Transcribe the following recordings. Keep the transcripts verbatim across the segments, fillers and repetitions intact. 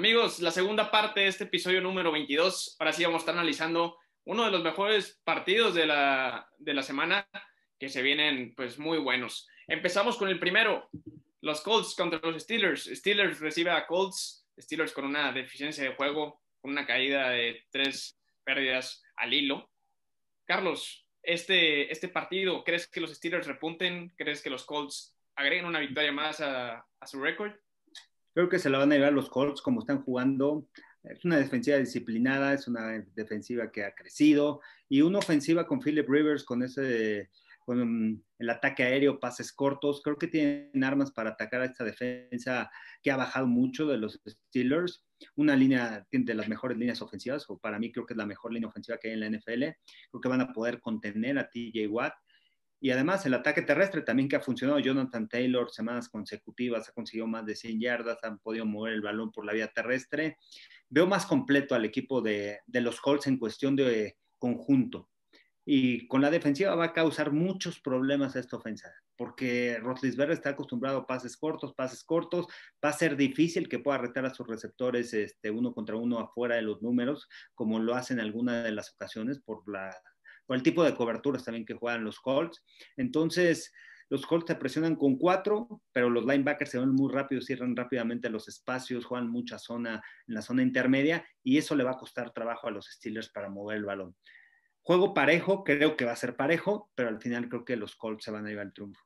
Amigos, la segunda parte de este episodio número veintidós. Ahora sí vamos a estar analizando uno de los mejores partidos de la, de la semana, que se vienen pues muy buenos. Empezamos con el primero, los Colts contra los Steelers. Steelers recibe a Colts, Steelers con una deficiencia de juego, con una caída de tres pérdidas al hilo. Carlos, este, este partido, ¿crees que los Steelers repunten? ¿Crees que los Colts agreguen una victoria más a, a su récord? Creo que se la van a llevar los Colts como están jugando. Es una defensiva disciplinada, es una defensiva que ha crecido y una ofensiva con Philip Rivers, con ese, con um, el ataque aéreo, pases cortos. Creo que tienen armas para atacar a esta defensa que ha bajado mucho de los Steelers. Una línea de las mejores líneas ofensivas, o para mí creo que es la mejor línea ofensiva que hay en la N F L. Creo que van a poder contener a T J Watt. Y además el ataque terrestre también que ha funcionado. Jonathan Taylor, semanas consecutivas, ha conseguido más de cien yardas, han podido mover el balón por la vía terrestre. Veo más completo al equipo de, de los Colts en cuestión de conjunto. Y con la defensiva va a causar muchos problemas a esta ofensa, porque Roethlisberger está acostumbrado a pases cortos, pases cortos. Va a ser difícil que pueda retar a sus receptores este, uno contra uno afuera de los números, como lo hacen en alguna de las ocasiones por la por el tipo de coberturas también que juegan los Colts. Entonces, los Colts te presionan con cuatro, pero los linebackers se van muy rápido, cierran rápidamente los espacios, juegan mucha zona en la zona intermedia, y eso le va a costar trabajo a los Steelers para mover el balón. Juego parejo, creo que va a ser parejo, pero al final creo que los Colts se van a llevar el triunfo.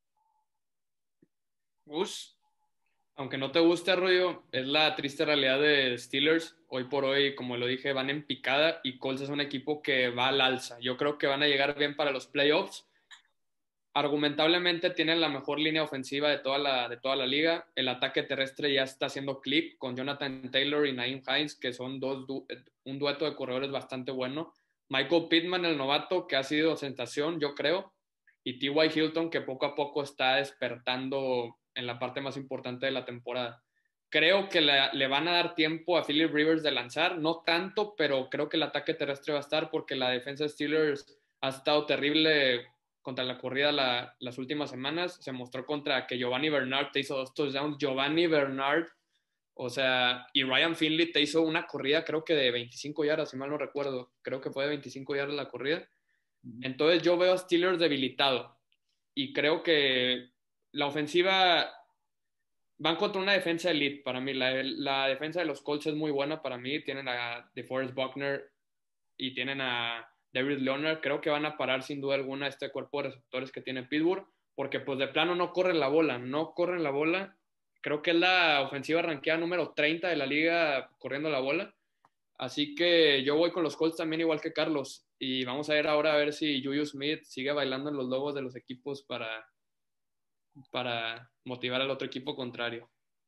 Gus. Aunque no te guste, Arroyo, es la triste realidad de Steelers. Hoy por hoy, como lo dije, van en picada y Colts es un equipo que va al alza. Yo creo que van a llegar bien para los playoffs. Argumentablemente tienen la mejor línea ofensiva de toda la, de toda la liga. El ataque terrestre ya está haciendo clic con Jonathan Taylor y Nyheim Hines, que son dos du- un dueto de corredores bastante bueno. Michael Pittman, el novato, que ha sido sensación, yo creo. Y T Y. Hilton, que poco a poco está despertando en la parte más importante de la temporada. Creo que le, le van a dar tiempo a Philip Rivers de lanzar, no tanto, pero creo que el ataque terrestre va a estar porque la defensa de Steelers ha estado terrible contra la corrida la, las últimas semanas. Se mostró contra que Giovanni Bernard te hizo dos touchdowns. Giovanni Bernard, o sea, y Ryan Finley te hizo una corrida creo que de veinticinco yardas, si mal no recuerdo. Creo que fue de veinticinco yardas la corrida. Entonces yo veo a Steelers debilitado y creo que la ofensiva van contra una defensa elite para mí. La, la defensa de los Colts es muy buena para mí. Tienen a DeForest Buckner y tienen a David Leonard. Creo que van a parar sin duda alguna este cuerpo de receptores que tiene Pittsburgh, porque pues de plano no corren la bola, no corren la bola. Creo que es la ofensiva ranqueada número treinta de la liga corriendo la bola. Así que yo voy con los Colts también igual que Carlos. Y vamos a ver ahora a ver si Juju Smith sigue bailando en los logos de los equipos para, para motivar al otro equipo contrario.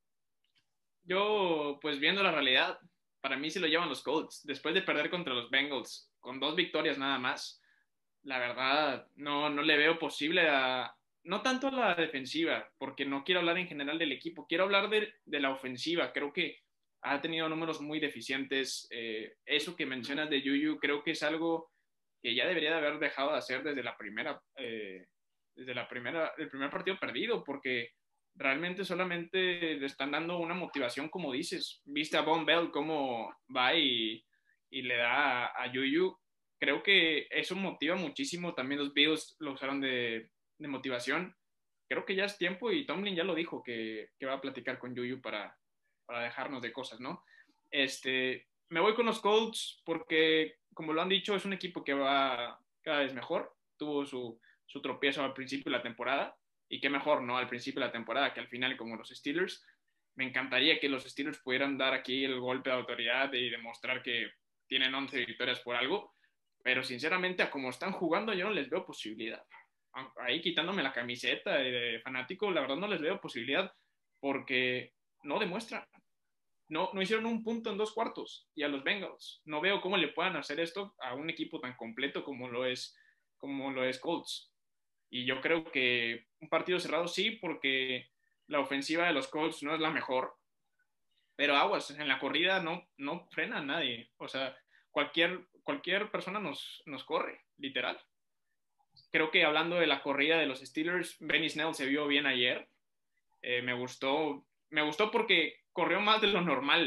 Yo, pues viendo la realidad, para mí sí lo llevan los Colts. Después de perder contra los Bengals, con dos victorias nada más, la verdad, no, no le veo posible a... No tanto a la defensiva, porque no quiero hablar en general del equipo, quiero hablar de, de la ofensiva. Creo que ha tenido números muy deficientes. Eh, eso que mencionas de Juju, creo que es algo que ya debería de haber dejado de hacer desde la primera, eh, desde la primera, el primer partido perdido, porque realmente solamente le están dando una motivación, como dices. Viste a Von Bell cómo va y, y le da a, a Juju. Creo que eso motiva muchísimo. También los Bills lo usaron de, de motivación. Creo que ya es tiempo y Tomlin ya lo dijo, que, que va a platicar con Juju para, para dejarnos de cosas, ¿no? Este, me voy con los Colts porque, como lo han dicho, es un equipo que va cada vez mejor. Tuvo su, su tropiezo al principio de la temporada, y qué mejor, ¿no? Al principio de la temporada que al final, como los Steelers. Me encantaría que los Steelers pudieran dar aquí el golpe de autoridad y demostrar que tienen once victorias por algo, pero sinceramente a como están jugando yo no les veo posibilidad. Ahí quitándome la camiseta de fanático, la verdad no les veo posibilidad porque no demuestran. No, no hicieron un punto en dos cuartos y a los Bengals. No veo cómo le puedan hacer esto a un equipo tan completo como lo es, como lo es Colts. Y yo creo que un partido cerrado sí, porque la ofensiva de los Colts no es la mejor, pero aguas, en la corrida no, no frena a nadie. O sea, cualquier, cualquier persona nos, nos corre, literal. Creo que hablando de la corrida de los Steelers, Benny Snell se vio bien ayer. Eh, me gustó, me gustó porque corrió más de lo normal.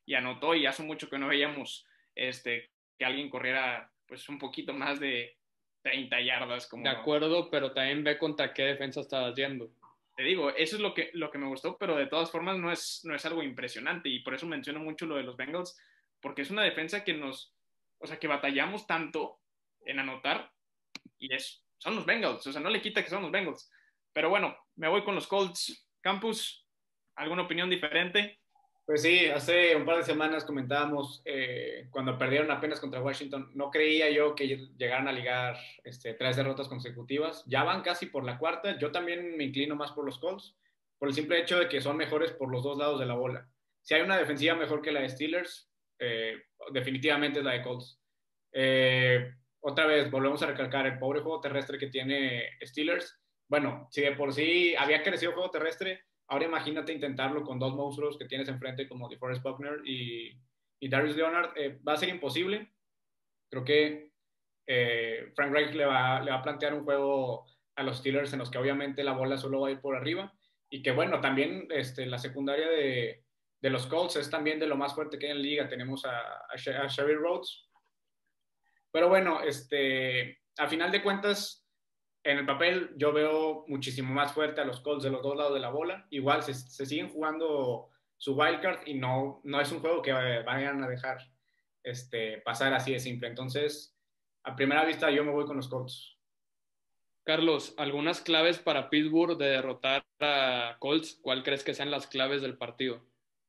y anotó, y hace mucho que no veíamos este, que alguien corriera pues un poquito más de treinta yardas. Como... De acuerdo, pero también ve contra qué defensa estaba yendo. Te digo, eso es lo que, lo que me gustó, pero de todas formas no es, no es algo impresionante, y por eso menciono mucho lo de los Bengals, porque es una defensa que nos, o sea, que batallamos tanto en anotar, y es, son los Bengals, o sea, no le quita que son los Bengals. Pero bueno, me voy con los Colts. Campus, ¿alguna opinión diferente? Pues sí, hace un par de semanas comentábamos eh, cuando perdieron apenas contra Washington, no creía yo que llegaran a ligar este, tres derrotas consecutivas. Ya van casi por la cuarta. Yo también me inclino más por los Colts, por el simple hecho de que son mejores por los dos lados de la bola. Si hay una defensiva mejor que la de Steelers, eh, definitivamente es la de Colts. Eh, otra vez, volvemos a recalcar el pobre juego terrestre que tiene Steelers. Bueno, si de por sí había crecido el juego terrestre, ahora imagínate intentarlo con dos monstruos que tienes enfrente como DeForest Buckner y, y Darius Leonard. Eh, va a ser imposible. Creo que eh, Frank Reich le va, le va a plantear un juego a los Steelers en los que obviamente la bola solo va a ir por arriba, y que bueno, también este, la secundaria de, de los Colts es también de lo más fuerte que hay en la liga. Tenemos a, a, a Sherry Rhodes. Pero bueno, este, a final de cuentas, en el papel yo veo muchísimo más fuerte a los Colts de los dos lados de la bola. Igual se, se siguen jugando su wildcard, y no, no es un juego que vayan a dejar este, pasar así de simple. Entonces, a primera vista yo me voy con los Colts. Carlos, algunas claves para Pittsburgh de derrotar a Colts. ¿Cuál crees que sean las claves del partido?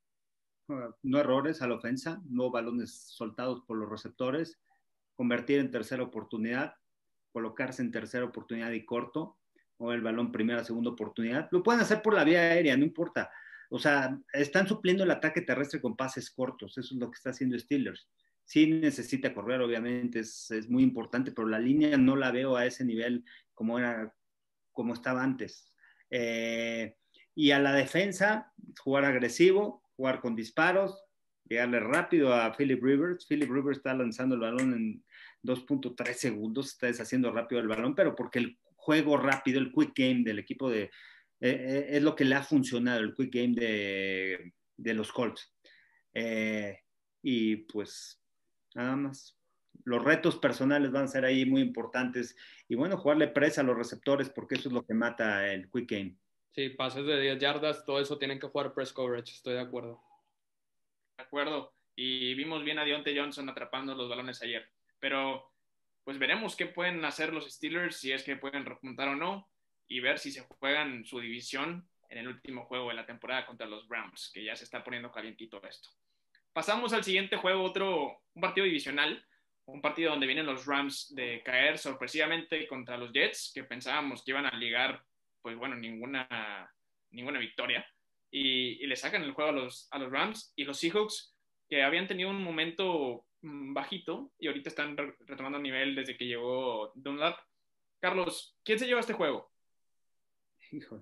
No errores a la ofensa, no balones soltados por los receptores, convertir en tercera oportunidad, colocarse en tercera oportunidad y corto, o el balón primera, segunda oportunidad. Lo pueden hacer por la vía aérea, no importa. O sea, están supliendo el ataque terrestre con pases cortos. Eso es lo que está haciendo Steelers. Sí necesita correr, obviamente, es, es muy importante, pero la línea no la veo a ese nivel como era, como estaba antes. Eh, y a la defensa, jugar agresivo, jugar con disparos, llegarle rápido a Philip Rivers. Philip Rivers está lanzando el balón en dos punto tres segundos, está deshaciendo rápido el balón, pero porque el juego rápido, el quick game del equipo de, eh, es lo que le ha funcionado, el quick game de, de los Colts. Eh, y pues nada más. Los retos personales van a ser ahí muy importantes, y bueno, jugarle presa a los receptores, porque eso es lo que mata el quick game. Sí, pases de diez yardas, todo eso tienen que jugar press coverage, estoy de acuerdo. De acuerdo, y vimos bien a Diontae Johnson atrapando los balones ayer, pero pues veremos qué pueden hacer los Steelers, si es que pueden repuntar o no, y ver si se juegan su división en el último juego de la temporada contra los Rams, que ya se está poniendo calientito esto. Pasamos al siguiente juego, otro, un partido divisional, un partido donde vienen los Rams de caer sorpresivamente contra los Jets, que pensábamos que iban a ligar, pues bueno, ninguna, ninguna victoria, y, y le sacan el juego a los, a los Rams, y los Seahawks, que habían tenido un momento bajito y ahorita están retomando nivel desde que llegó Dunlap. Carlos, ¿quién se lleva este juego? Híjole.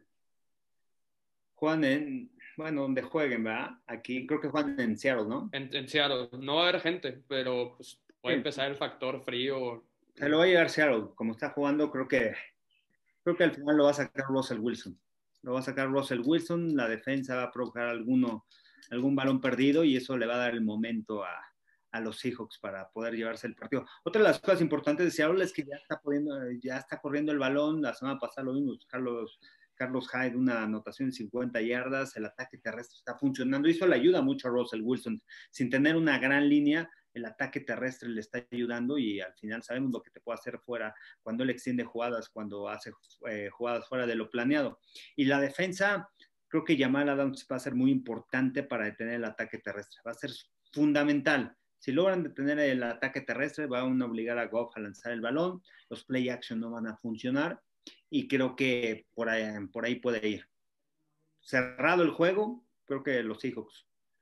Juan en, bueno, donde jueguen, ¿verdad? Aquí creo que juegan en Seattle, ¿no? En, en Seattle, no va a haber gente, pero pues puede sí. empezar el factor frío. Se lo va a llevar Seattle, como está jugando, creo que creo que al final lo va a sacar Russell Wilson. Lo va a sacar Russell Wilson, la defensa va a provocar alguno, algún balón perdido, y eso le va a dar el momento a, a los Seahawks para poder llevarse el partido. Otra de las cosas importantes de Seattle es que ya está, poniendo, ya está corriendo el balón. La semana pasada lo vimos, Carlos, Carlos Hyde, una anotación de cincuenta yardas, el ataque terrestre está funcionando, y eso le ayuda mucho a Russell Wilson. Sin tener una gran línea, el ataque terrestre le está ayudando, y al final sabemos lo que te puede hacer fuera, cuando él extiende jugadas, cuando hace eh, jugadas fuera de lo planeado. Y la defensa, creo que Jamal Adams va a ser muy importante para detener el ataque terrestre, va a ser fundamental. Si logran detener el ataque terrestre, van a obligar a Goff a lanzar el balón, los play action no van a funcionar, y creo que por ahí, por ahí puede ir. Cerrado el juego, creo que los Seahawks.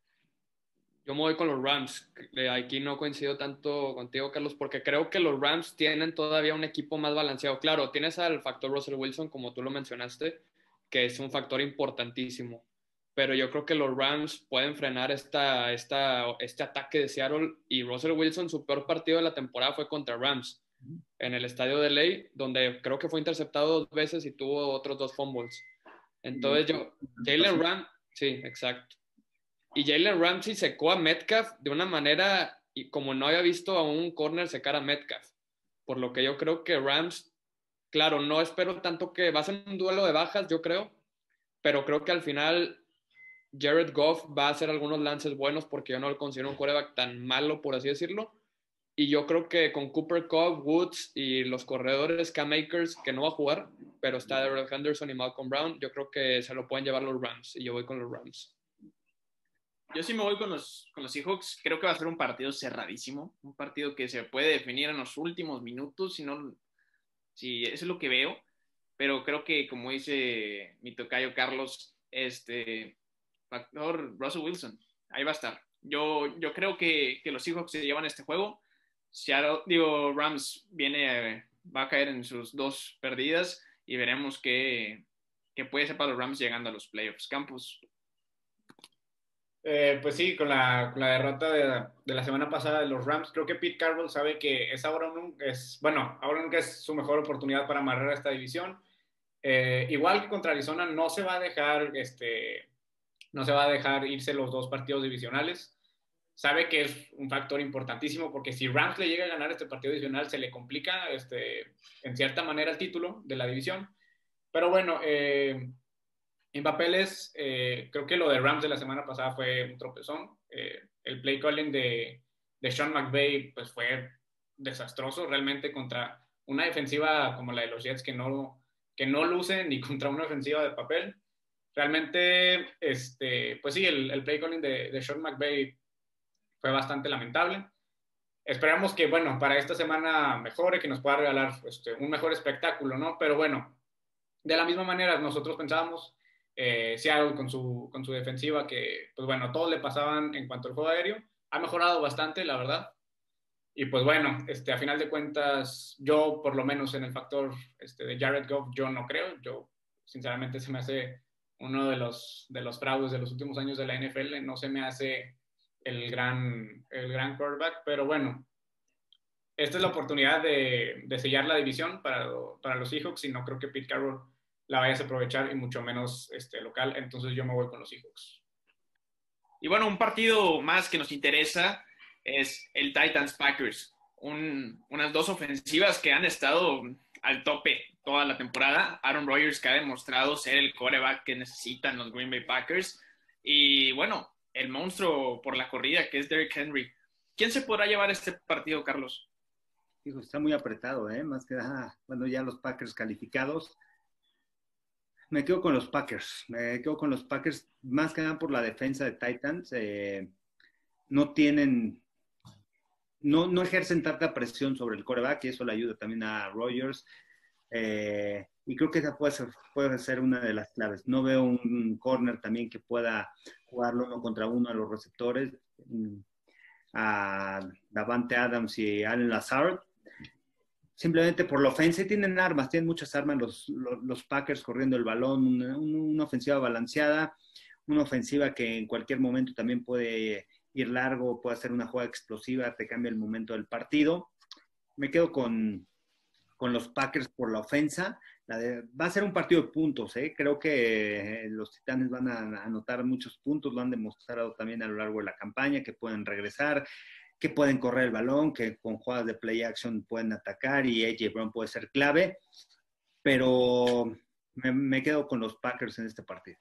Yo me voy con los Rams. Aquí no coincido tanto contigo, Carlos, porque creo que los Rams tienen todavía un equipo más balanceado. Claro, tienes al factor Russell Wilson, como tú lo mencionaste, que es un factor importantísimo. Pero yo creo que los Rams pueden frenar esta, esta, este ataque de Seattle, y Russell Wilson, su peor partido de la temporada fue contra Rams, en el estadio de L A, donde creo que fue interceptado dos veces y tuvo otros dos fumbles. Entonces yo, Jalen Ram, sí, exacto. Y Jalen Ramsey secó a Metcalf de una manera y como no había visto a un corner secar a Metcalf. Por lo que yo creo que Rams, claro, no espero tanto que va a ser un duelo de bajas, yo creo, pero creo que al final Jared Goff va a hacer algunos lances buenos porque yo no lo considero un quarterback tan malo, por así decirlo. Y yo creo que con Cooper Kupp, Woods y los corredores Cam Akers, que no va a jugar, pero está Darrell Henderson y Malcolm Brown, yo creo que se lo pueden llevar los Rams y yo voy con los Rams. Yo sí me voy con los, con los Seahawks. Creo que va a ser un partido cerradísimo, un partido que se puede definir en los últimos minutos, si no, si eso es lo que veo. Pero creo que, como dice mi tocayo Carlos, este factor Russell Wilson, ahí va a estar. Yo, yo creo que, que los Seahawks se llevan este juego. Seattle, digo, Rams viene, eh, va a caer en sus dos perdidas y veremos qué, qué puede ser para los Rams llegando a los playoffs. Campos. Eh, pues sí, con la, con la derrota de, de la semana pasada de los Rams, creo que Pete Carroll sabe que es ahora nunca, es, bueno, ahora nunca es su mejor oportunidad para amarrar esta división. Eh, igual que contra Arizona, no se va a dejar, este, no se va a dejar irse los dos partidos divisionales. Sabe que es un factor importantísimo porque si Rams le llega a ganar este partido divisional, se le complica, este, en cierta manera el título de la división. Pero bueno, eh, en papeles, eh, creo que lo de Rams de la semana pasada fue un tropezón. Eh, el play calling de, de Sean McVay pues fue desastroso realmente contra una defensiva como la de los Jets que no, que no lucen ni contra una ofensiva de papel. Realmente, este, pues sí, el, el play calling de, de Sean McVay fue bastante lamentable. Esperamos que, bueno, para esta semana mejore, que nos pueda regalar este, un mejor espectáculo, ¿no? Pero bueno, de la misma manera nosotros pensábamos Eh, Seattle con su, con su defensiva que, pues bueno, todos le pasaban en cuanto al juego aéreo. Ha mejorado bastante, la verdad. Y pues bueno, este, a final de cuentas, yo por lo menos en el factor este, de Jared Goff, yo no creo. Yo, sinceramente, se me hace uno de los, de los fraudes de los últimos años de la N F L. No se me hace el gran, el gran quarterback, pero bueno, esta es la oportunidad de, de sellar la división para, para los Seahawks y no creo que Pete Carroll la vayas a aprovechar y mucho menos este, local, entonces yo me voy con los Seahawks. Y bueno, un partido más que nos interesa es el Titans-Packers, un, unas dos ofensivas que han estado al tope toda la temporada. Aaron Rodgers que ha demostrado ser el quarterback que necesitan los Green Bay Packers y bueno, el monstruo por la corrida que es Derrick Henry. ¿Quién se podrá llevar este partido, Carlos? Hijo, está muy apretado, ¿eh? Más que nada, bueno, ya los Packers calificados. Me quedo con los Packers, me quedo con los Packers más que nada por la defensa de Titans. Eh, no tienen, no, no ejercen tanta presión sobre el quarterback y eso le ayuda también a Rodgers. Eh, y creo que esa puede ser, puede ser una de las claves. No veo un corner también que pueda jugarlo uno contra uno a los receptores, a Davante Adams y Allen Lazard. Simplemente por la ofensa, tienen armas, tienen muchas armas los, los, los Packers corriendo el balón, una, una ofensiva balanceada, una ofensiva que en cualquier momento también puede ir largo, puede hacer una jugada explosiva, te cambia el momento del partido. Me quedo con, con los Packers por la ofensa. La de, va a ser un partido de puntos, ¿eh? Creo que los Titanes van a anotar muchos puntos, lo han demostrado también a lo largo de la campaña, que pueden regresar, que pueden correr el balón, que con jugadas de play action pueden atacar y A J Brown puede ser clave, pero me, me quedo con los Packers en este partido.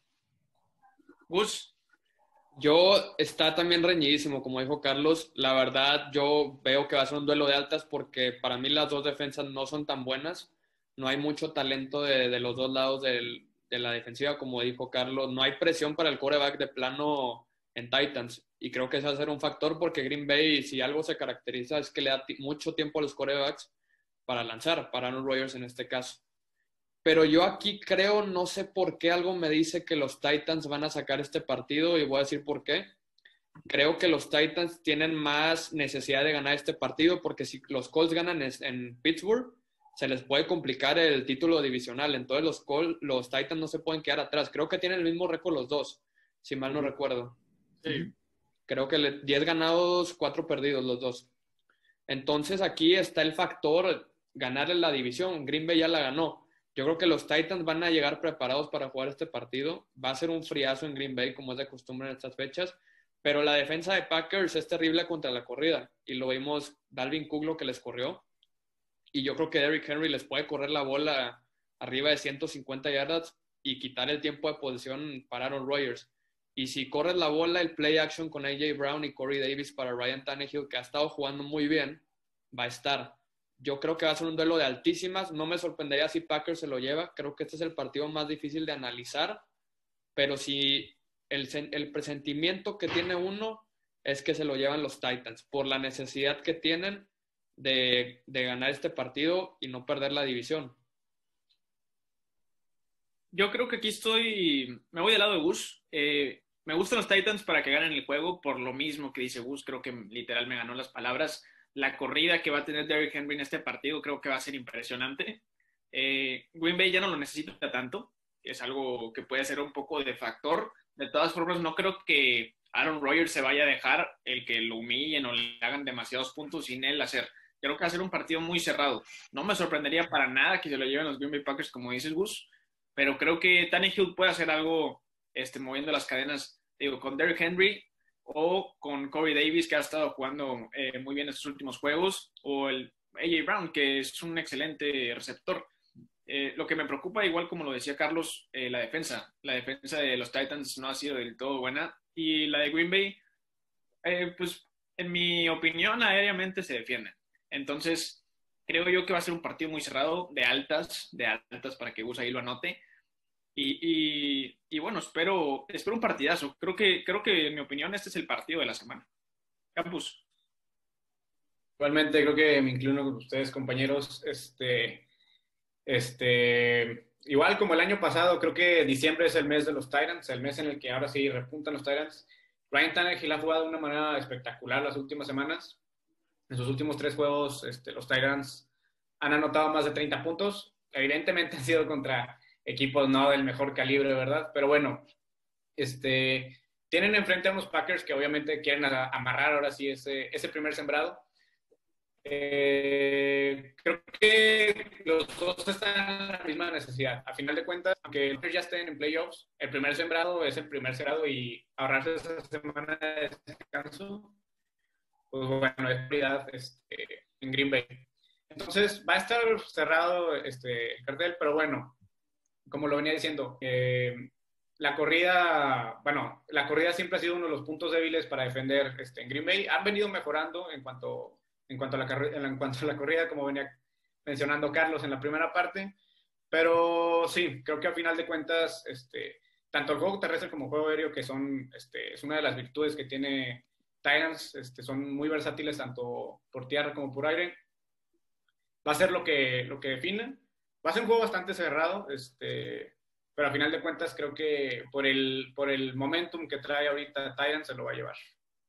Gus. Yo está también reñidísimo, como dijo Carlos. La verdad, yo veo que va a ser un duelo de altas porque para mí las dos defensas no son tan buenas. No hay mucho talento de, de los dos lados del, de la defensiva, como dijo Carlos. No hay presión para el quarterback de plano en Titans. Y creo que ese va a ser un factor porque Green Bay, si algo se caracteriza, es que le da t- mucho tiempo a los quarterbacks para lanzar, para Aaron Rodgers en este caso. Pero yo aquí creo, no sé por qué, algo me dice que los Titans van a sacar este partido y voy a decir por qué. Creo que los Titans tienen más necesidad de ganar este partido porque si los Colts ganan en Pittsburgh, se les puede complicar el título divisional. Entonces los, Colts, los Titans no se pueden quedar atrás. Creo que tienen el mismo récord los dos, si mal no recuerdo. Sí. Creo que diez ganados, cuatro perdidos los dos. Entonces aquí está el factor ganarle la división. Green Bay ya la ganó. Yo creo que los Titans van a llegar preparados para jugar este partido. Va a ser un friazo en Green Bay, como es de costumbre en estas fechas. Pero la defensa de Packers es terrible contra la corrida. Y lo vimos Dalvin Cook lo que les corrió. Y yo creo que Derrick Henry les puede correr la bola arriba de ciento cincuenta yardas y quitar el tiempo de posición para Aaron Rodgers. Y si corres la bola, el play action con A J Brown y Corey Davis para Ryan Tannehill, que ha estado jugando muy bien, va a estar. Yo creo que va a ser un duelo de altísimas. No me sorprendería si Packers se lo lleva. Creo que este es el partido más difícil de analizar. Pero si el, el presentimiento que tiene uno es que se lo llevan los Titans por la necesidad que tienen de, de ganar este partido y no perder la división. Yo creo que aquí estoy, me voy del lado de Gus. Eh, me gustan los Titans para que ganen el juego por lo mismo que dice Gus. Creo que literal me ganó las palabras. La corrida que va a tener Derrick Henry en este partido creo que va a ser impresionante. Eh, Green Bay ya no lo necesita tanto, es algo que puede ser un poco de factor. De todas formas, no creo que Aaron Rodgers se vaya a dejar el que lo humillen o le hagan demasiados puntos sin él hacer. Creo que va a ser un partido muy cerrado. No me sorprendería para nada que se lo lleven los Green Bay Packers, como dices, Gus, pero creo que Tannehill puede hacer algo este, moviendo las cadenas, digo, con Derrick Henry o con Corey Davis, que ha estado jugando eh, muy bien estos últimos juegos, o el A J Brown, que es un excelente receptor. Eh, lo que me preocupa, igual como lo decía Carlos, eh, la defensa. La defensa de los Titans no ha sido del todo buena, y la de Green Bay, eh, pues en mi opinión, aéreamente se defienden. Entonces, creo yo que va a ser un partido muy cerrado, de altas, de altas para que Gus ahí lo anote. Y, y, y bueno, espero, espero un partidazo. Creo que, creo que, en mi opinión, este es el partido de la semana. Campus. Igualmente, creo que me inclino con ustedes, compañeros. Este, este, igual como el año pasado, creo que diciembre es el mes de los Titans, el mes en el que ahora sí repuntan los Titans. Ryan Tannehill ha jugado de una manera espectacular las últimas semanas. En sus últimos tres juegos, este, los Titans han anotado más de treinta puntos. Evidentemente han sido contra equipos no del mejor calibre, ¿verdad? Pero bueno, este, tienen enfrente a unos Packers que obviamente quieren amarrar ahora sí ese, ese primer sembrado. Eh, creo que los dos están en la misma necesidad. A final de cuentas, aunque los Packers ya estén en playoffs, el primer sembrado es el primer sembrado y ahorrarse esa semana de descanso, pues bueno, es prioridad este, en Green Bay. Entonces, va a estar cerrado este, el cartel, pero bueno, como lo venía diciendo, eh, la corrida, bueno, la corrida siempre ha sido uno de los puntos débiles para defender este, en Green Bay. Han venido mejorando en cuanto, en, cuanto a la, en cuanto a la corrida, como venía mencionando Carlos en la primera parte. Pero sí, creo que al final de cuentas, este, tanto el juego terrestre como el juego aéreo, que son, este, es una de las virtudes que tiene Titans, este, son muy versátiles tanto por tierra como por aire. Va a ser lo que, lo que define. Va a ser un juego bastante cerrado, este, pero a final de cuentas creo que por el, por el momentum que trae ahorita Titans se lo va a llevar.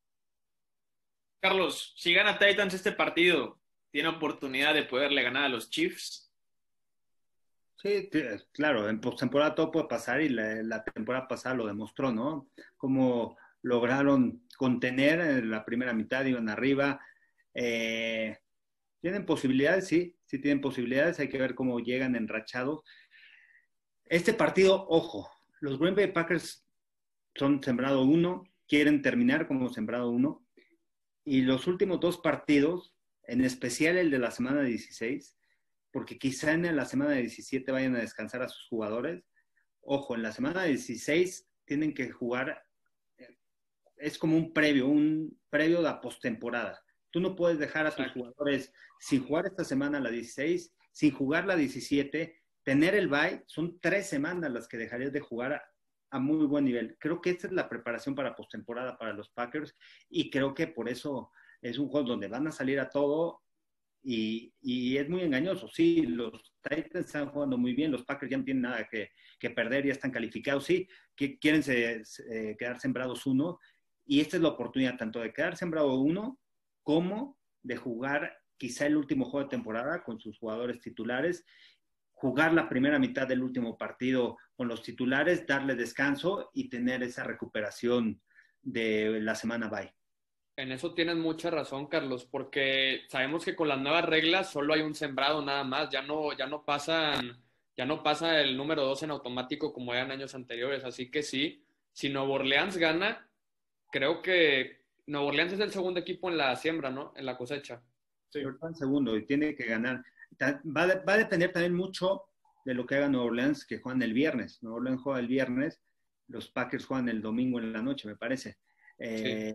Carlos, si gana Titans este partido, ¿tiene oportunidad de poderle ganar a los Chiefs? Sí, claro, en postemporada todo puede pasar y la, la temporada pasada lo demostró, ¿no? Como lograron contener en la primera mitad, iban arriba. Eh, ¿Tienen posibilidades? Sí, sí tienen posibilidades. Hay que ver cómo llegan enrachados. Este partido, ojo, los Green Bay Packers son sembrado uno, quieren terminar como sembrado uno. Y los últimos dos partidos, en especial el de la semana dieciséis, porque quizá en la semana diecisiete vayan a descansar a sus jugadores. Ojo, en la semana dieciséis tienen que jugar, es como un previo, un previo de la postemporada. Tú no puedes dejar a tus jugadores sin jugar esta semana la dieciséis, sin jugar la diecisiete, tener el bye, son tres semanas las que dejarías de jugar a, a muy buen nivel. Creo que esta es la preparación para postemporada para los Packers y creo que por eso es un juego donde van a salir a todo y, y es muy engañoso. Sí, los Titans están jugando muy bien, los Packers ya no tienen nada que, que perder, ya están calificados, sí, que quieren se, se, quedar sembrados uno y esta es la oportunidad tanto de quedar sembrado uno como de jugar quizá el último juego de temporada con sus jugadores titulares, jugar la primera mitad del último partido con los titulares, darle descanso y tener esa recuperación de la semana bye. En eso tienes mucha razón, Carlos, porque sabemos que con las nuevas reglas solo hay un sembrado nada más, ya no, ya no pasan ya no pasa el número dos en automático como eran años anteriores. Así que sí, si Nuevo Orleans gana, creo que Nuevo Orleans es el segundo equipo en la siembra, ¿no? En la cosecha. Sí. Pero está en segundo y tiene que ganar. Va, a- va a depender también mucho de lo que haga Nueva Orleans, que juegan el viernes. Nueva Orleans juega el viernes, los Packers juegan el domingo en la noche, me parece. Eh, Sí.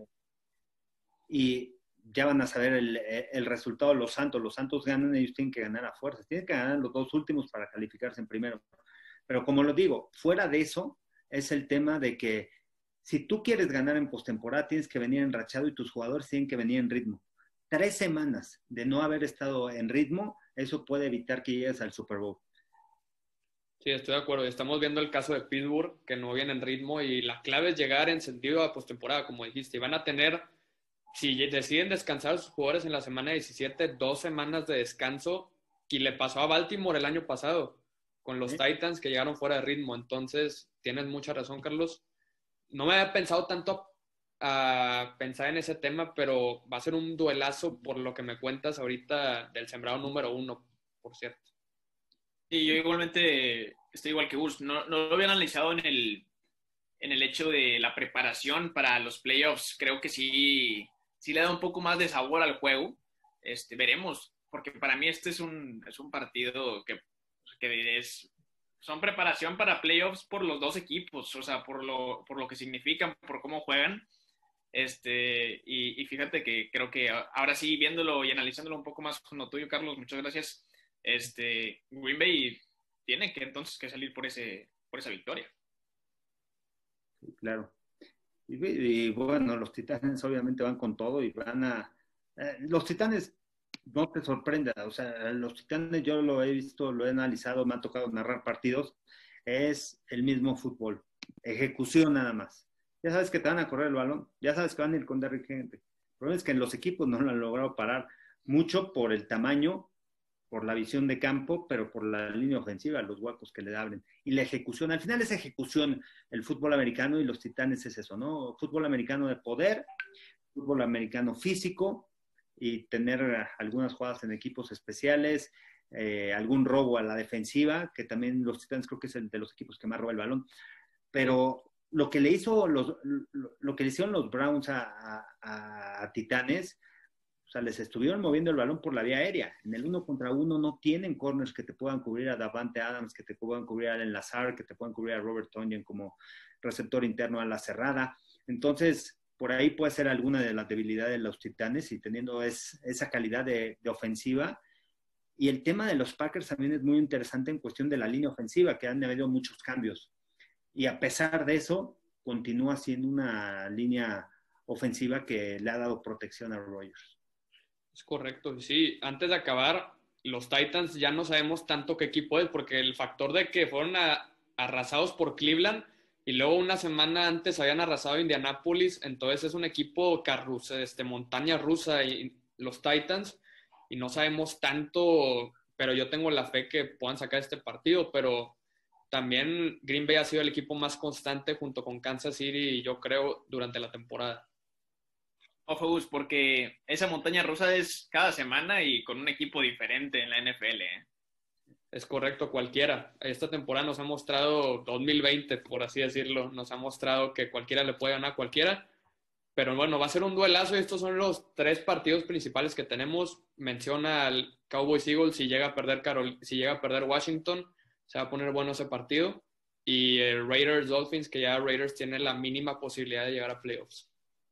y ya van a saber el, el resultado de los Santos. Los Santos ganan, ellos tienen que ganar a fuerzas. Tienen que ganar los dos últimos para calificarse en primero. Pero como lo digo, fuera de eso, es el tema de que si tú quieres ganar en postemporada, tienes que venir enrachado y tus jugadores tienen que venir en ritmo. Tres semanas de no haber estado en ritmo, eso puede evitar que llegues al Super Bowl. Sí, estoy de acuerdo. Estamos viendo el caso de Pittsburgh, que no viene en ritmo, y la clave es llegar en sentido a postemporada, como dijiste. Y van a tener, si deciden descansar a sus jugadores en la semana diecisiete, dos semanas de descanso, y le pasó a Baltimore el año pasado, con los ¿Sí? Titans que llegaron fuera de ritmo. Entonces, tienes mucha razón, Carlos. No me había pensado tanto a pensar en ese tema, pero va a ser un duelazo por lo que me cuentas ahorita del sembrado número uno, por cierto. Y yo igualmente estoy igual que Gus. No, no lo había analizado en el, en el hecho de la preparación para los playoffs. Creo que sí, sí le da un poco más de sabor al juego. Este, veremos, porque para mí este es un, es un partido que, que es, son preparación para playoffs por los dos equipos, o sea, por lo, por lo que significan, por cómo juegan. Este, y, y fíjate que creo que ahora sí, viéndolo y analizándolo un poco más con lo tuyo, Carlos, muchas gracias. Este, Green Bay tiene que entonces que salir por, ese, por esa victoria. Sí, claro. Y, y, bueno, los Titanes obviamente van con todo y van a... Eh, los Titanes, no te sorprenda, o sea, los Titanes yo lo he visto, lo he analizado, me ha tocado narrar partidos, es el mismo fútbol, ejecución nada más. Ya sabes que te van a correr el balón, ya sabes que van a ir con Derrick Henry. El problema es que en los equipos no lo han logrado parar mucho por el tamaño, por la visión de campo, pero por la línea ofensiva, los huecos que le abren. Y la ejecución, al final es ejecución el fútbol americano y los Titanes es eso, ¿no? Fútbol americano de poder, fútbol americano físico y tener algunas jugadas en equipos especiales, eh, algún robo a la defensiva, que también los Titanes creo que es el de los equipos que más roba el balón. Pero lo que le hizo los, lo, lo que le hicieron los Browns a, a, a Titanes, o sea, les estuvieron moviendo el balón por la vía aérea. En el uno contra uno no tienen corners que te puedan cubrir a Davante Adams, que te puedan cubrir a Allen Lazard, que te puedan cubrir a Robert Tonyan como receptor interno a la cerrada. Entonces, por ahí puede ser alguna de las debilidades de los Titanes y teniendo es, esa calidad de, de ofensiva. Y el tema de los Packers también es muy interesante en cuestión de la línea ofensiva, que han habido muchos cambios. Y a pesar de eso, continúa siendo una línea ofensiva que le ha dado protección a Rodgers. Es correcto, sí. Antes de acabar, los Titans ya no sabemos tanto qué equipo es, porque el factor de que fueron a, arrasados por Cleveland y luego una semana antes habían arrasado a Indianapolis, entonces es un equipo carrusa, este, montaña rusa y los Titans, y no sabemos tanto, pero yo tengo la fe que puedan sacar este partido, pero también Green Bay ha sido el equipo más constante junto con Kansas City, yo creo, durante la temporada. Ojo, Gus, porque esa montaña rusa es cada semana y con un equipo diferente en la N F L. ¿eh? Es correcto, cualquiera. Esta temporada nos ha mostrado, dos mil veinte, por así decirlo, nos ha mostrado que cualquiera le puede ganar a cualquiera. Pero bueno, va a ser un duelazo y estos son los tres partidos principales que tenemos. Menciona al Cowboys Eagles, si llega a perder Carol, si llega a perder Washington, se va a poner bueno ese partido. Y el Raiders Dolphins, que ya Raiders tiene la mínima posibilidad de llegar a playoffs.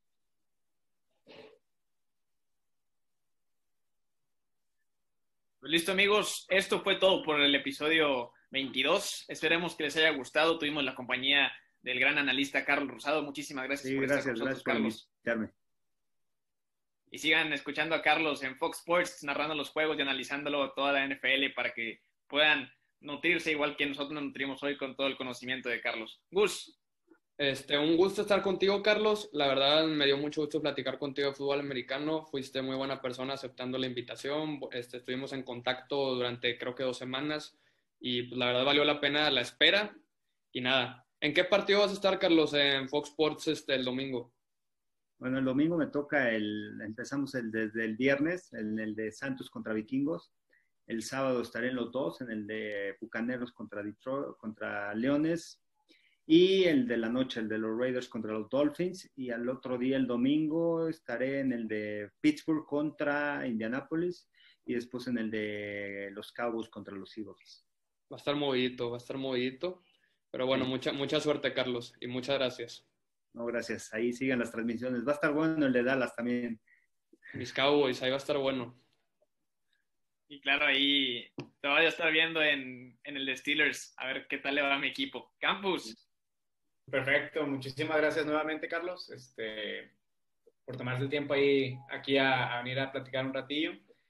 Pues listo, amigos, esto fue todo por el episodio veintidós. Esperemos que les haya gustado. Tuvimos la compañía del gran analista Carlos Rosado. Muchísimas gracias Sí, por gracias, estar con nosotros, gracias por Carlos. invitarme. Y sigan escuchando a Carlos en Fox Sports, narrando los juegos y analizándolo toda la N F L para que puedan nutrirse igual que nosotros nos nutrimos hoy con todo el conocimiento de Carlos. Gus. Este, un gusto estar contigo, Carlos. La verdad, me dio mucho gusto platicar contigo de fútbol americano. Fuiste muy buena persona aceptando la invitación. Este, estuvimos en contacto durante creo que dos semanas y pues, la verdad valió la pena la espera. Y nada, ¿en qué partido vas a estar, Carlos, en Fox Sports este, el domingo? Bueno, el domingo me toca el, empezamos el, desde el viernes, el, el de Santos contra Vikingos, El sábado estaré en los dos, en el de Bucaneros contra Detroit, contra Leones, y el de la noche, el de los Raiders contra los Dolphins, y al otro día, el domingo, estaré en el de Pittsburgh contra Indianapolis, y después en el de los Cowboys contra los Eagles. Va a estar movidito, va a estar movidito. Pero bueno, Sí. mucha, mucha suerte, Carlos, y muchas gracias. No, gracias. Ahí sigan las transmisiones. Va a estar bueno el de Dallas también. Mis Cowboys, ahí va a estar bueno. Y claro, ahí te voy a estar viendo en, en el de Steelers, a ver qué tal le va a mi equipo. Campus. Perfecto, muchísimas gracias nuevamente, Carlos, este, por tomarse el tiempo ahí aquí a, a venir a platicar un ratillo.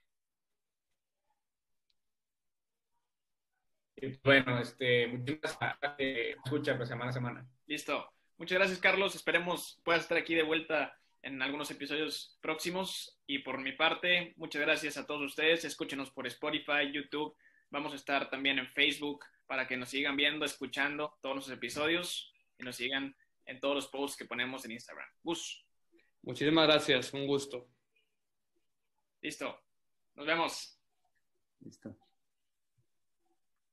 Y bueno, este, muchísimas gracias, eh, escucha pues semana a semana. Listo. Muchas gracias, Carlos. Esperemos puedas estar aquí de vuelta en algunos episodios próximos. Y por mi parte, muchas gracias a todos ustedes. Escúchenos por Spotify, YouTube. Vamos a estar también en Facebook para que nos sigan viendo, escuchando todos los episodios y nos sigan en todos los posts que ponemos en Instagram. Gus. Muchísimas gracias, un gusto. Listo. Nos vemos. Listo.